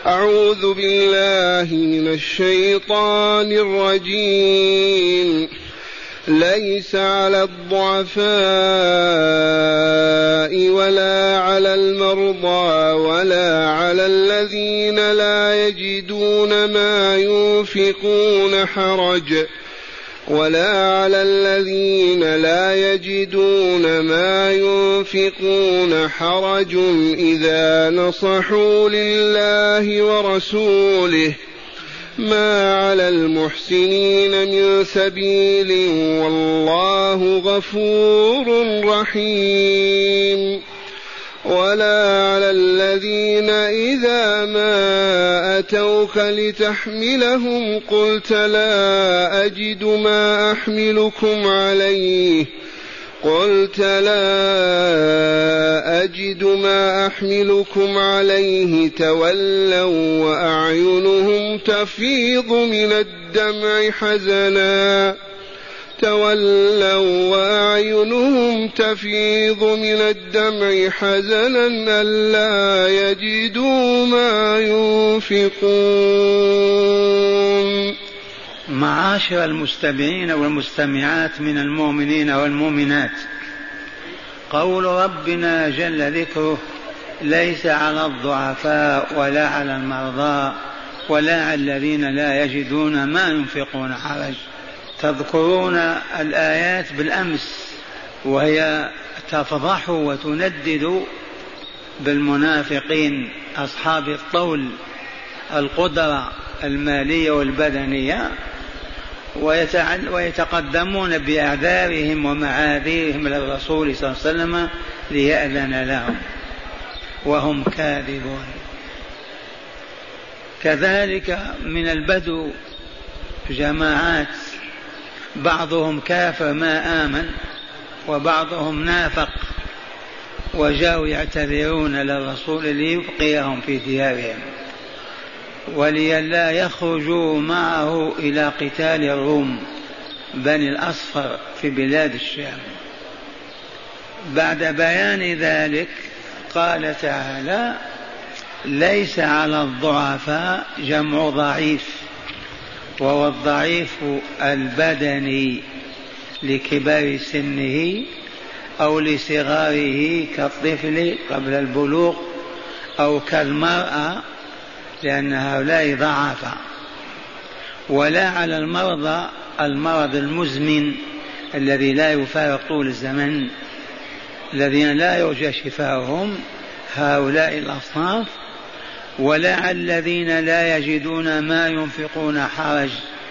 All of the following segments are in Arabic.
أعوذ بالله من الشيطان الرجيم. ليس على الضعفاء ولا على المرضى ولا على الذين لا يجدون ما ينفقون حرج إذا نصحوا لله ورسوله ما على المحسنين من سبيل والله غفور رحيم. ولا على الذين إذا ما أتوك لتحملهم قلت لا أجد ما أحملكم عليه تولوا وأعينهم تفيض من الدمع حزنا ألا يجدوا ما ينفقون. معاشر المستمعين والمستمعات من المؤمنين والمؤمنات، قول ربنا جل ذكره: ليس على الضعفاء ولا على المرضى ولا على الذين لا يجدون ما ينفقون حرج. تذكرون الآيات بالأمس وهي تفضح وتندد بالمنافقين أصحاب الطول القدرة المالية والبدنية، ويتقدمون بأعذارهم ومعاذيرهم للرسول صلى الله عليه وسلم ليأذن لهم وهم كاذبون. كذلك من البدو جماعات، بعضهم كافر ما آمن وبعضهم نافق، وجاءوا يعتذرون للرسول ليبقيهم في ديارهم ولئلا يخرجوا معه إلى قتال الروم بني الأصفر في بلاد الشام. بعد بيان ذلك قال تعالى: ليس على الضعفاء جمع ضعيف، وهو الضعيف البدني لكبار سنه أو لصغاره كالطفل قبل البلوغ أو كالمرأة لأن هؤلاء ضعفاء. ولا على المرضى المرض المزمن الذي لا يفارق طول الزمن الذين لا يرجى شفاؤهم، هؤلاء الأصناف. ولا على الذين لا يجدون ما ينفقون حرج،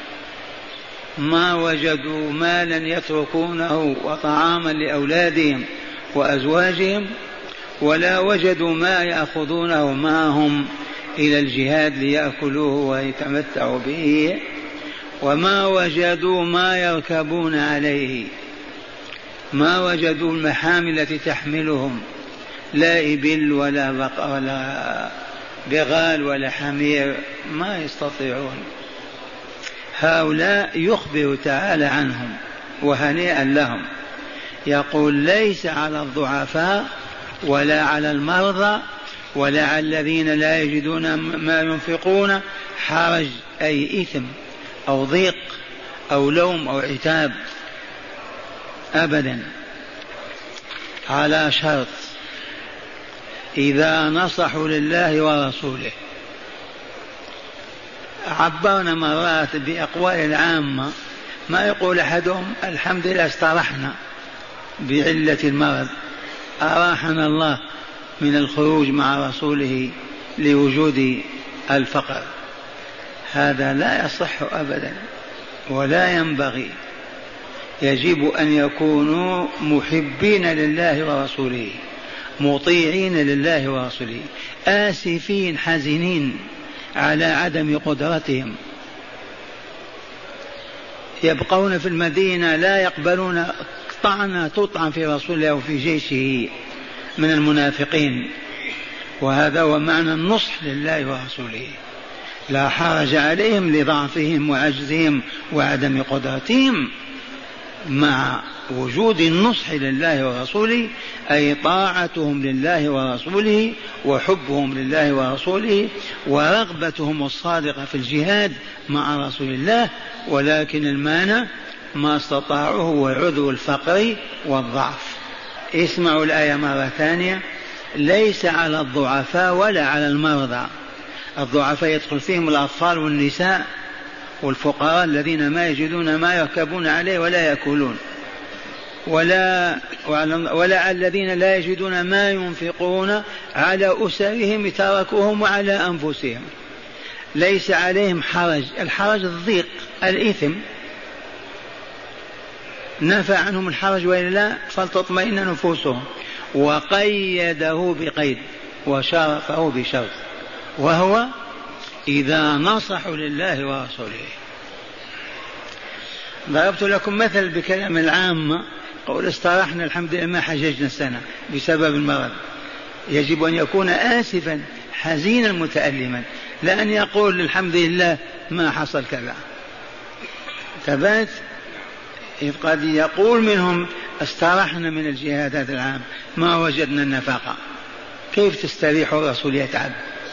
ما وجدوا مالا يتركونه وطعاما لأولادهم وأزواجهم، ولا وجدوا ما يأخذونه معهم إلى الجهاد ليأكلوه ويتمتعوا به، وما وجدوا ما يركبون عليه، ما وجدوا المحامل التي تحملهم، لا إبل ولا بغال ولا حمير، ما يستطيعون. هؤلاء يخبر تعالى عنهم وهنيئا لهم. يقول: ليس على الضعفاء ولا على المرضى ولا على الذين لا يجدون ما ينفقون حرج، أي إثم أو ضيق أو لوم أو عتاب، أبدا، على شرط: إذا نصحوا لله ورسوله. عبرنا مرات بأقوال عامة، ما يقول أحدهم: الحمد لله استرحنا بعلة المرض، أراحنا الله من الخروج مع رسوله لوجود الفقر. هذا لا يصح أبدا ولا ينبغي. يجب أن يكونوا محبين لله ورسوله، مطيعين لله ورسوله، آسفين حزنين على عدم قدرتهم، يبقون في المدينة لا يقبلون طعنة تطعن في رسول الله وفي جيشه من المنافقين. وهذا هو معنى النصح لله ورسوله، لا حرج عليهم لضعفهم وعجزهم وعدم قدرتهم، مع وجود النصح لله ورسوله أي طاعتهم لله ورسوله وحبهم لله ورسوله ورغبتهم الصادقة في الجهاد مع رسول الله، ولكن المانع ما استطاعوه وعذو الفقر والضعف. اسمعوا الآية مرة ثانية: ليس على الضعفاء ولا على المرضى. الضعفاء يدخل فيهم الأطفال والنساء والفقراء الذين ما يجدون ما يركبون عليه ولا يأكلون، ولا الذين لا يجدون ما ينفقون على أسرهم تركوهم وعلى أنفسهم. ليس عليهم حرج، الحرج الضيق الإثم، نفى عنهم الحرج وإلا لا فلتطمئن نفوسهم. وقيده بقيد وشرفه بشرط، وهو إذا نصحوا لله ورسوله. ضربت لكم مثل بكلام العامة، قول استراحنا الحمد لله ما حججنا السنة بسبب المرض. يجب أن يكون آسفا حزينا متألما، لا أن يقول الحمد لله ما حصل كذا. ثبات إذ قد يقول منهم استراحنا من الجهاد هذا العام ما وجدنا النفقة. كيف تستريح الرسول يتعب؟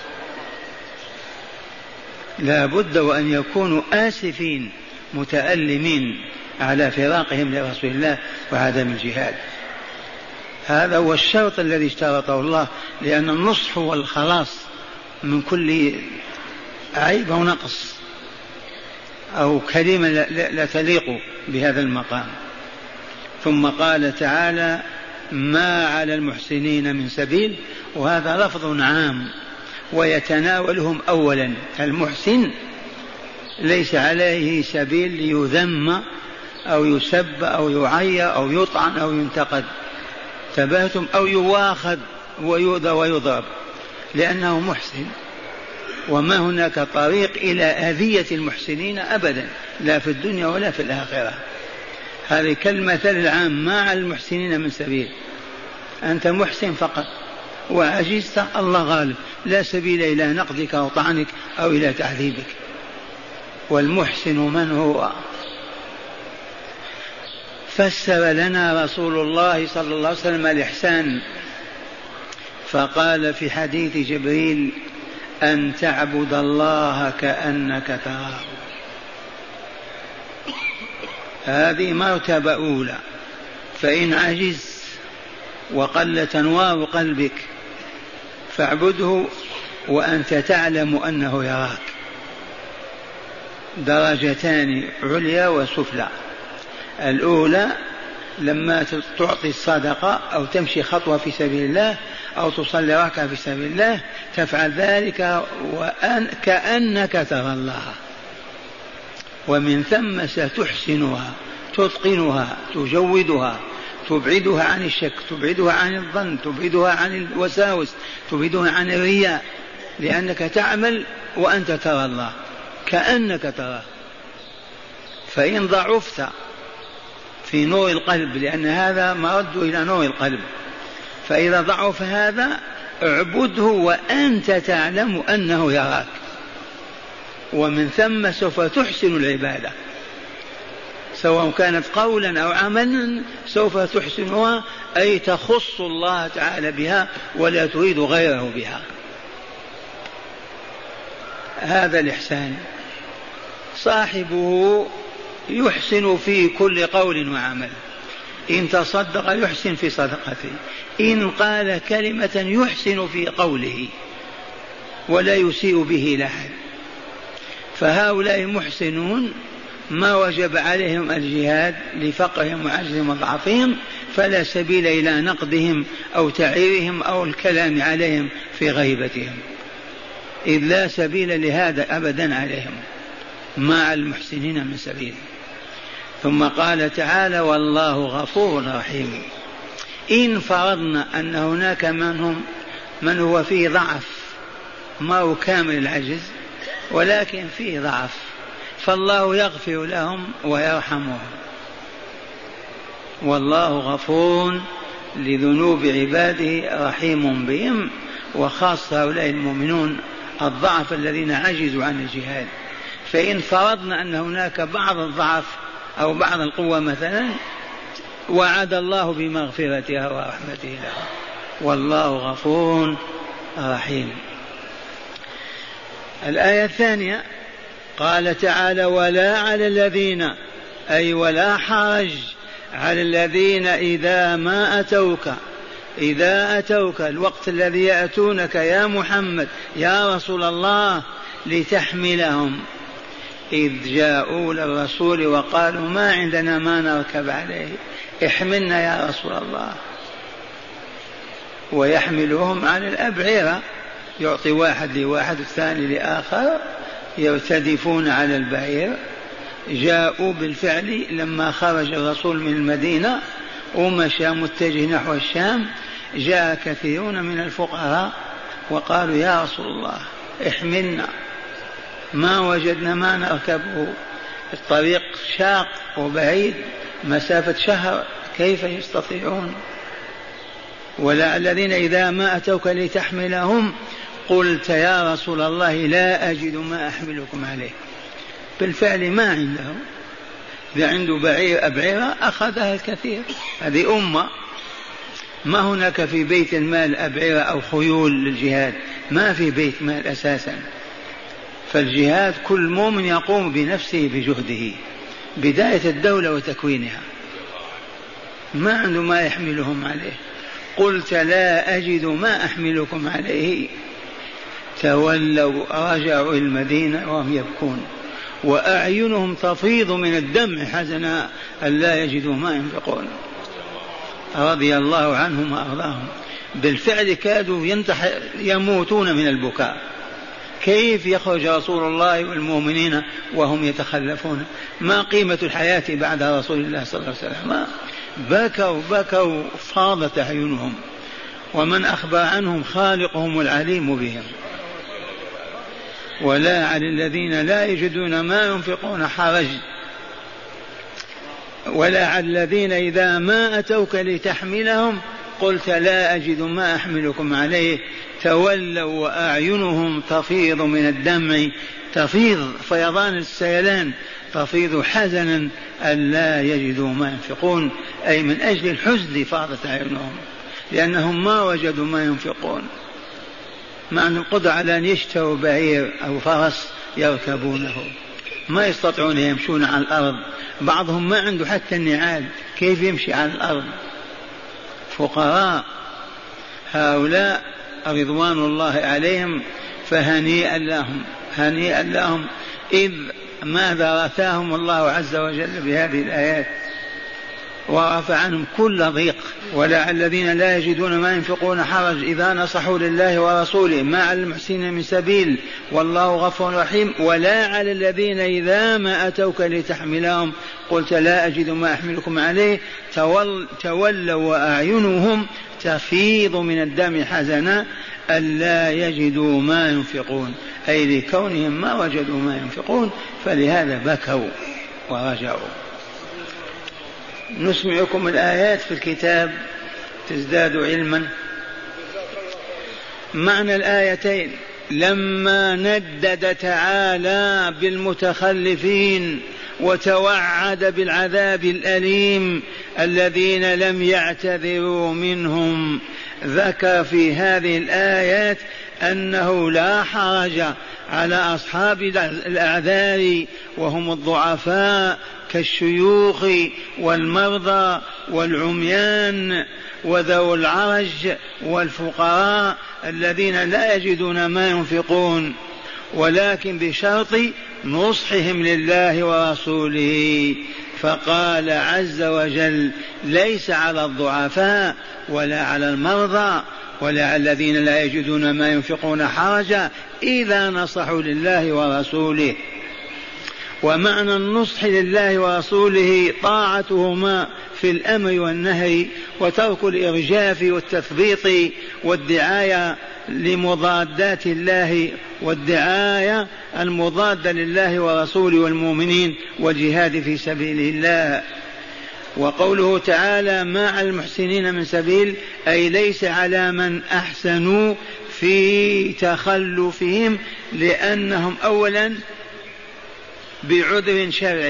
لا بد وأن يكونوا آسفين متألمين على فراقهم لرسول الله وعدم الجهاد. هذا هو الشرط الذي اشترطه الله، لأن النصح هو الخلاص من كل عيب أو نقص أو كلمة لا تليق بهذا المقام. ثم قال تعالى: ما على المحسنين من سبيل، وهذا لفظ عام ويتناولهم أولا. المحسن ليس عليه سبيل ليذم أو يسب أو يعير أو يطعن أو ينتقد، تبهتم، أو يواخذ ويؤذى ويضرب، لأنه محسن. وما هناك طريق إلى أذية المحسنين أبدا، لا في الدنيا ولا في الآخرة. هذه كالمثل العام: ما على المحسنين من سبيل. أنت محسن فقط وعجزت، الله غالب، لا سبيل إلى نقدك أو طعنك أو إلى تعذيبك. والمحسن من هو؟ فسر لنا رسول الله صلى الله عليه وسلم الإحسان، فقال في حديث جبريل: أن تعبد الله كأنك تراه. هذه مرتبة أولى. فإن عجزت وقل تنوار قلبك فاعبده وأنت تعلم أنه يراك. درجتان عليا وسفلى. الأولى لما تعطي الصدقة أو تمشي خطوة في سبيل الله أو تصلي ركعة في سبيل الله، تفعل ذلك كأنك ترى الله، ومن ثم ستحسنها، تتقنها، تجودها، تبعدها عن الشك، تبعدها عن الظن، تبعدها عن الوساوس، تبعدها عن الرياء، لأنك تعمل وأنت ترى الله كأنك تراه. فإن ضعفت في نور القلب، لأن هذا مرد إلى نور القلب، فإذا ضعف هذا اعبده وأنت تعلم أنه يراك، ومن ثم سوف تحسن العبادة، سواء كانت قولا أو عملا سوف تحسنها، أي تخص الله تعالى بها ولا تريد غيره بها. هذا الإحسان. صاحبه يحسن في كل قول وعمل. إن تصدق يحسن في صدقته، إن قال كلمة يحسن في قوله ولا يسيء به لأحد. فهؤلاء محسنون ما وجب عليهم الجهاد لفقرهم وعجزهم وضعفهم، فلا سبيل إلى نقدهم أو تعيرهم أو الكلام عليهم في غيبتهم، إذ لا سبيل لهذا أبدا عليهم. مع المحسنين من سبيل. ثم قال تعالى: والله غفور رحيم. إن فرضنا أن هناك من هو فيه ضعف، ما هو كامل العجز ولكن فيه ضعف، فالله يغفر لهم ويرحمهم. والله غفور لذنوب عباده رحيم بهم، وخاصة هؤلاء المؤمنون الضعف الذين عجزوا عن الجهاد. فإن فرضنا أن هناك بعض الضعف أو بعض القوة مثلا، وعد الله بمغفرتها ورحمته لها، والله غفور رحيم. الآية الثانية قال تعالى: ولا على الذين، أي ولا حرج على الذين إذا أتوك الوقت الذي يأتونك يا محمد يا رسول الله لتحملهم، إذ جاءوا للرسول وقالوا ما عندنا ما نركب عليه، احملنا يا رسول الله. ويحملهم على الأبعرة، يعطي واحد لواحد الثاني لآخر، يرتدفون على البعير. جاءوا بالفعل لما خرج الرسول من المدينة ومشى متجه نحو الشام، جاء كثيرون من الفقراء وقالوا يا رسول الله احملنا، ما وجدنا ما نركبه، الطريق شاق وبعيد مسافة شهر، كيف يستطيعون؟ ولا الذين إذا ما أتوك لتحملهم قلت يا رسول الله لا أجد ما أحملكم عليه. بالفعل ما عنده، إذا عنده أبعرة أخذها الكثير. هذه أمة، ما هناك في بيت المال أبعرة أو خيول للجهاد، ما في بيت مال أساسا. فالجهاد كل مؤمن يقوم بنفسه بجهده، بداية الدولة وتكوينها، ما عنده ما يحملهم عليه. قلت لا أجد ما أحملكم عليه، تولوا رجعوا إلى المدينة وهم يبكون وأعينهم تفيض من الدمع حزنا ألا يجدوا ما ينفقون، رضي الله عنهم وأرضاهم. بالفعل كادوا يموتون من البكاء. كيف يخرج رسول الله والمؤمنين وهم يتخلفون؟ ما قيمة الحياة بعد رسول الله صلى الله عليه وسلم؟ بكوا فاضت أعينهم، ومن أخبر عنهم خالقهم العليم بهم. ولا على الذين لا يجدون ما ينفقون حرج، ولا على الذين إذا ما أتوك لتحملهم قلت لا أجد ما أحملكم عليه، تولوا وأعينهم تفيض من الدمع، تفيض فيضان السيلان، تفيض حزنا ألا يجدوا ما ينفقون، أي من أجل الحزن فاضت أعينهم، لأنهم ما وجدوا ما ينفقون، ما عندهم قدرة على أن يشتروا بعير أو فرس يركبونه، ما يستطيعون يمشون على الأرض، بعضهم ما عنده حتى النعال، كيف يمشي على الأرض؟ فقراء هؤلاء رضوان الله عليهم، فهنيئا لهم، هنيئا لهم. إذ ماذا رثاهم الله عز وجل بهذه الآيات؟ ورفع عنهم كل ضيق. ولا على الذين لا يجدون ما ينفقون حرج إذا نصحوا لله ورسوله ما على المحسنين من سبيل والله غفور رحيم. ولا على الذين إذا ما أتوك لتحملهم قلت لا أجد ما أحملكم عليه تولوا وأعينهم تفيض من الدم حزنا ألا يجدوا ما ينفقون، أي لكونهم ما وجدوا ما ينفقون فلهذا بكوا ورجعوا. نسمعكم الآيات في الكتاب تزدادوا علما. معنى الآيتين: لما ندد تعالى بالمتخلفين وتوعد بالعذاب الأليم الذين لم يعتذروا منهم، ذكر في هذه الآيات أنه لا حرج على أصحاب الأعذار وهم الضعفاء كالشيوخ والمرضى والعميان وذوي العرج والفقراء الذين لا يجدون ما ينفقون، ولكن بشرط نصحهم لله ورسوله. فقال عز وجل: ليس على الضعفاء ولا على المرضى ولا على الذين لا يجدون ما ينفقون حرجا إذا نصحوا لله ورسوله. ومعنى النصح لله ورسوله طاعتهما في الأمر والنهي وترك الإرجاف والتثبيط والدعاية لمضادات الله والدعاية المضادة لله ورسوله والمؤمنين والجهاد في سبيل الله. وقوله تعالى: ما على المحسنين من سبيل، أي ليس على من أحسنوا في تخلفهم، لأنهم أولا بعذر شرعي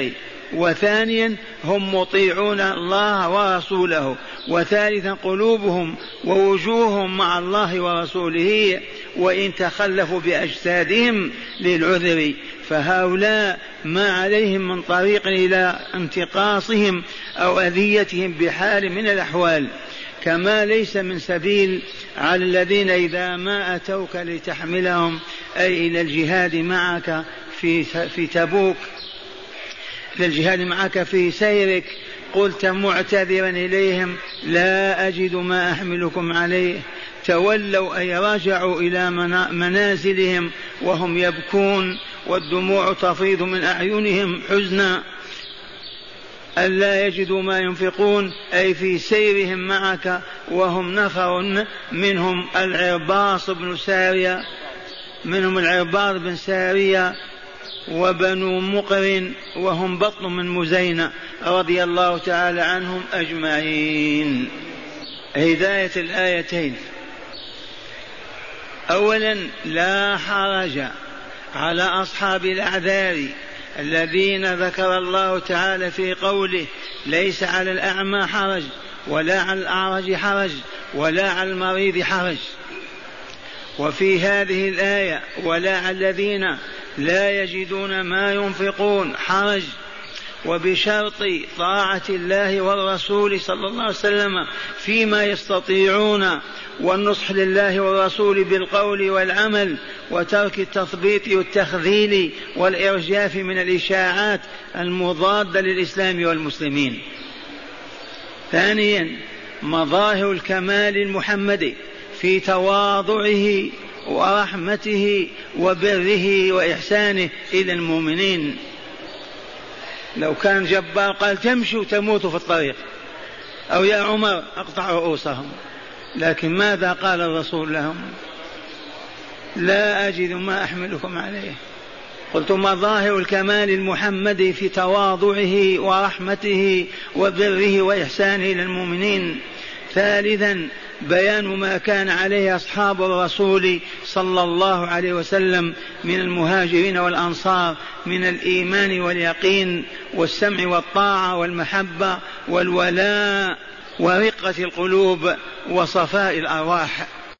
وثانيا هم مطيعون الله ورسوله، وثالثا قلوبهم ووجوههم مع الله ورسوله وإن تخلفوا بأجسادهم للعذر، فهؤلاء ما عليهم من طريق إلى انتقاصهم أو أذيتهم بحال من الأحوال، كما ليس من سبيل على الذين إذا ما أتوك لتحملهم أي إلى الجهاد معك في تبوك، للجهاد معك في سيرك، قلت معتذرا إليهم لا أجد ما أحملكم عليه، تولوا أي رجعوا إلى منازلهم وهم يبكون والدموع تفيض من أعينهم حزنا ألا يجدوا ما ينفقون، أي في سيرهم معك وهم نفر منهم العرباص بن سارية، منهم العرباض بن سارية وبنو مقرن وهم بطن من مزينة رضي الله تعالى عنهم أجمعين. هداية الآيتين: أولا لا حرج على أصحاب الأعذار الذين ذكر الله تعالى في قوله ليس على الأعمى حرج ولا على الأعرج حرج ولا على المريض حرج، وفي هذه الآية ولا على الذين لا يجدون ما ينفقون حرج، وبشرط طاعة الله والرسول صلى الله عليه وسلم فيما يستطيعون، والنصح لله والرسول بالقول والعمل، وترك التثبيط والتخذيل والإرجاف من الإشاعات المضادة للإسلام والمسلمين. ثانيا مظاهر الكمال المحمدي في تواضعه ورحمته وبره وإحسانه إلى المؤمنين. لو كان جبار قال تمشوا تموتوا في الطريق، أو يا عمر أقطع رؤوسهم، لكن ماذا قال الرسول لهم؟ لا أجد ما أحملكم عليه. قلت مظاهر الكمال المحمدي في تواضعه ورحمته وبره وإحسانه إلى المؤمنين. ثالثا بيان ما كان عليه أصحاب الرسول صلى الله عليه وسلم من المهاجرين والأنصار من الإيمان واليقين والسمع والطاعة والمحبة والولاء ورقة القلوب وصفاء الأرواح.